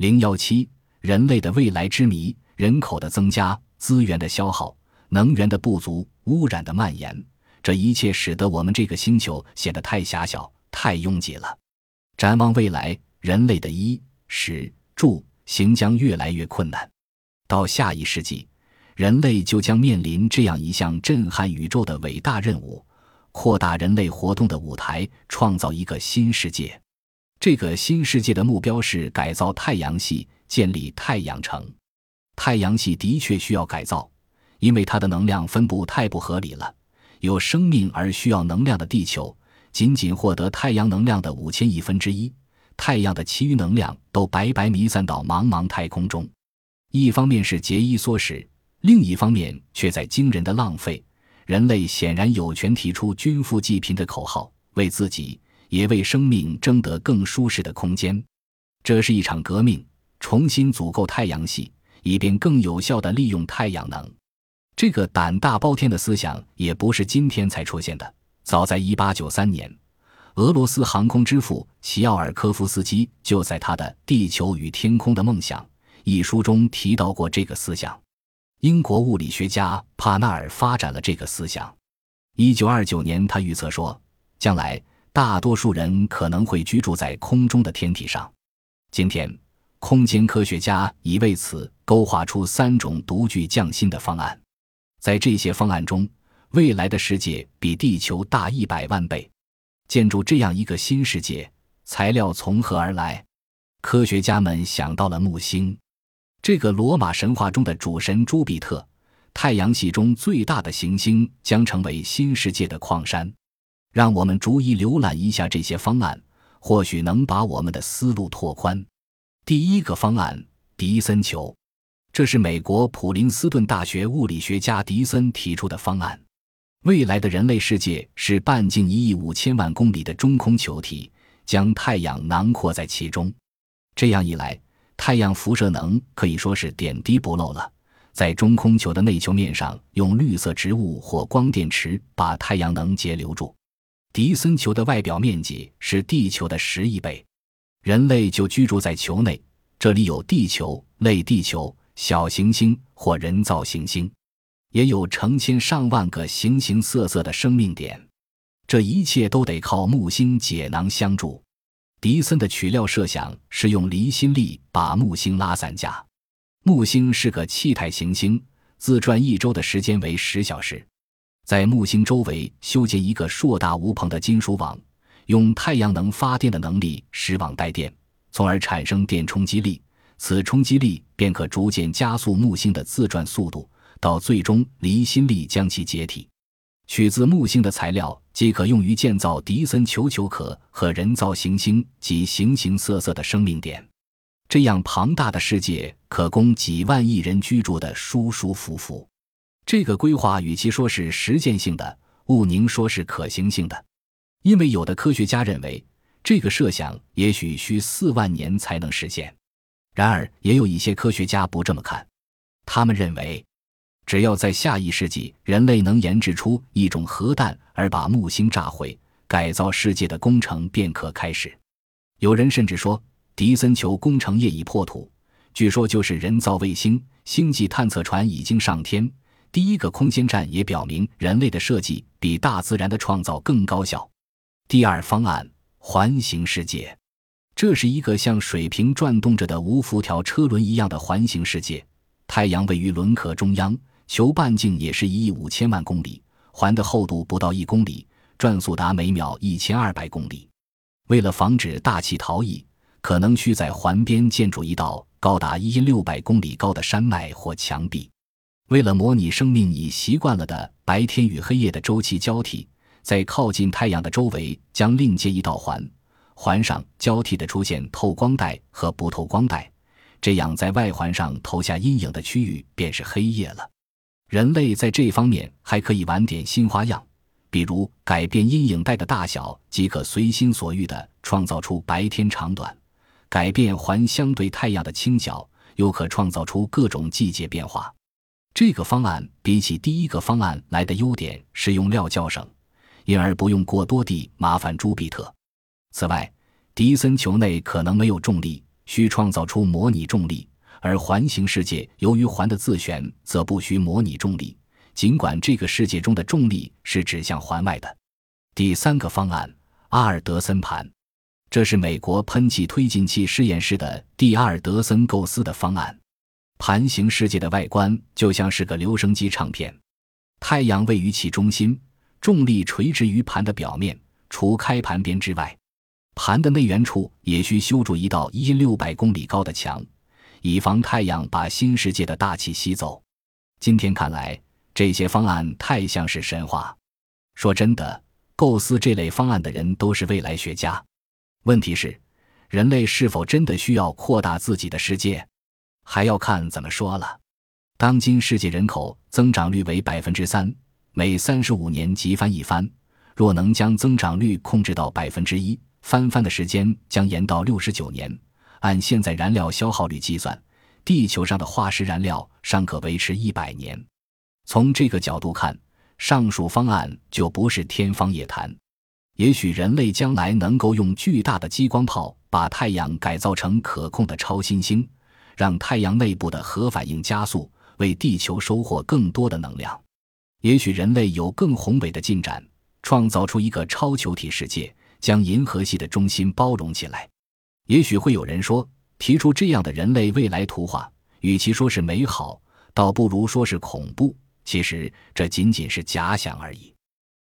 017人类的未来之谜，人口的增加，资源的消耗，能源的不足，污染的蔓延，这一切使得我们这个星球显得太狭小，太拥挤了。展望未来，人类的衣、食、住、行将越来越困难。到下一世纪，人类就将面临这样一项震撼宇宙的伟大任务，扩大人类活动的舞台，创造一个新世界。这个新世界的目标是改造太阳系，建立太阳城。太阳系的确需要改造，因为它的能量分布太不合理了。有生命而需要能量的地球，仅仅获得太阳能量的5000亿分之一，太阳的其余能量都白白弥散到茫茫太空中。一方面是节衣缩食，另一方面却在惊人的浪费。人类显然有权提出均富济贫的口号，为自己也为生命争得更舒适的空间。这是一场革命，重新组构太阳系，以便更有效地利用太阳能。这个胆大包天的思想也不是今天才出现的，早在1893年，俄罗斯航空之父齐奥尔科夫斯基就在他的《地球与天空的梦想》一书中提到过这个思想。英国物理学家帕纳尔发展了这个思想。1929年，他预测说，将来大多数人可能会居住在空中的天体上。今天，空间科学家已为此勾画出3种独具匠心的方案。在这些方案中，未来的世界比地球大100万倍。建筑这样一个新世界，材料从何而来？科学家们想到了木星。这个罗马神话中的主神朱庇特，太阳系中最大的行星，将成为新世界的矿山。让我们逐一浏览一下这些方案，或许能把我们的思路拓宽。第一个方案，迪森球。这是美国普林斯顿大学物理学家迪森提出的方案。未来的人类世界是半径1亿5千万公里的中空球体，将太阳囊括在其中。这样一来，太阳辐射能可以说是点滴不漏了。在中空球的内球面上，用绿色植物或光电池把太阳能截留住。迪森球的外表面积是地球的10亿倍，人类就居住在球内，这里有地球、类地球、小行星或人造行星，也有成千上万个形形色色的生命点。这一切都得靠木星解囊相助。迪森的取料设想是用离心力把木星拉散架。木星是个气态行星，自转一周的时间为10小时。在木星周围修建一个硕大无朋的金属网，用太阳能发电的能力使网带电，从而产生电冲击力。此冲击力便可逐渐加速木星的自转速度，到最终离心力将其解体。取自木星的材料即可用于建造迪森球球壳和人造行星及形形色色的生命点。这样庞大的世界可供几万亿人居住的舒舒服服。这个规划与其说是实践性的，毋宁说是可行性的。因为有的科学家认为，这个设想也许需4万年才能实现。然而，也有一些科学家不这么看。他们认为，只要在下一世纪人类能研制出一种核弹而把木星炸毁，改造世界的工程便可开始。有人甚至说，迪森球工程业已破土，据说就是人造卫星、星际探测船已经上天。第一个空间站也表明人类的设计比大自然的创造更高效。第二方案，环形世界。这是一个像水平转动着的无辐条车轮一样的环形世界，太阳位于轮壳中央，球半径也是1亿5千万公里，环的厚度不到1公里，转速达每秒1200公里。为了防止大气逃逸，可能需在环边建筑一道高达1600公里高的山脉或墙壁。为了模拟生命已习惯了的白天与黑夜的周期交替，在靠近太阳的周围将另建一道环，环上交替地出现透光带和不透光带，这样在外环上投下阴影的区域便是黑夜了。人类在这方面还可以玩点新花样，比如改变阴影带的大小，即可随心所欲地创造出白天长短；改变环相对太阳的倾角，又可创造出各种季节变化。这个方案比起第一个方案来的优点是用料较省，因而不用过多地麻烦朱庇特。此外，迪森球内可能没有重力， 需创造出模拟重力，而环形世界由于环的自旋则不需模拟重力，尽管这个世界中的重力是指向环外的。第三个方案，阿尔德森盘，这是美国喷气推进器实验室的第阿尔德森构思的方案。盘形世界的外观就像是个留声机唱片，太阳位于其中心，重力垂直于盘的表面，除开盘边之外，盘的内缘处也需修筑一道1600公里高的墙，以防太阳把新世界的大气吸走。今天看来，这些方案太像是神话。说真的，构思这类方案的人都是未来学家。问题是，人类是否真的需要扩大自己的世界？还要看怎么说了。当今世界人口增长率为 3%， 每35年即翻一番，若能将增长率控制到 1%， 翻番的时间将延到69年。按现在燃料消耗率计算，地球上的化石燃料尚可维持100年。从这个角度看，上述方案就不是天方夜谭。也许人类将来能够用巨大的激光炮把太阳改造成可控的超新星，让太阳内部的核反应加速，为地球收获更多的能量。也许人类有更宏伟的进展，创造出一个超球体世界，将银河系的中心包容起来。也许会有人说，提出这样的人类未来图画，与其说是美好，倒不如说是恐怖。其实这仅仅是假想而已。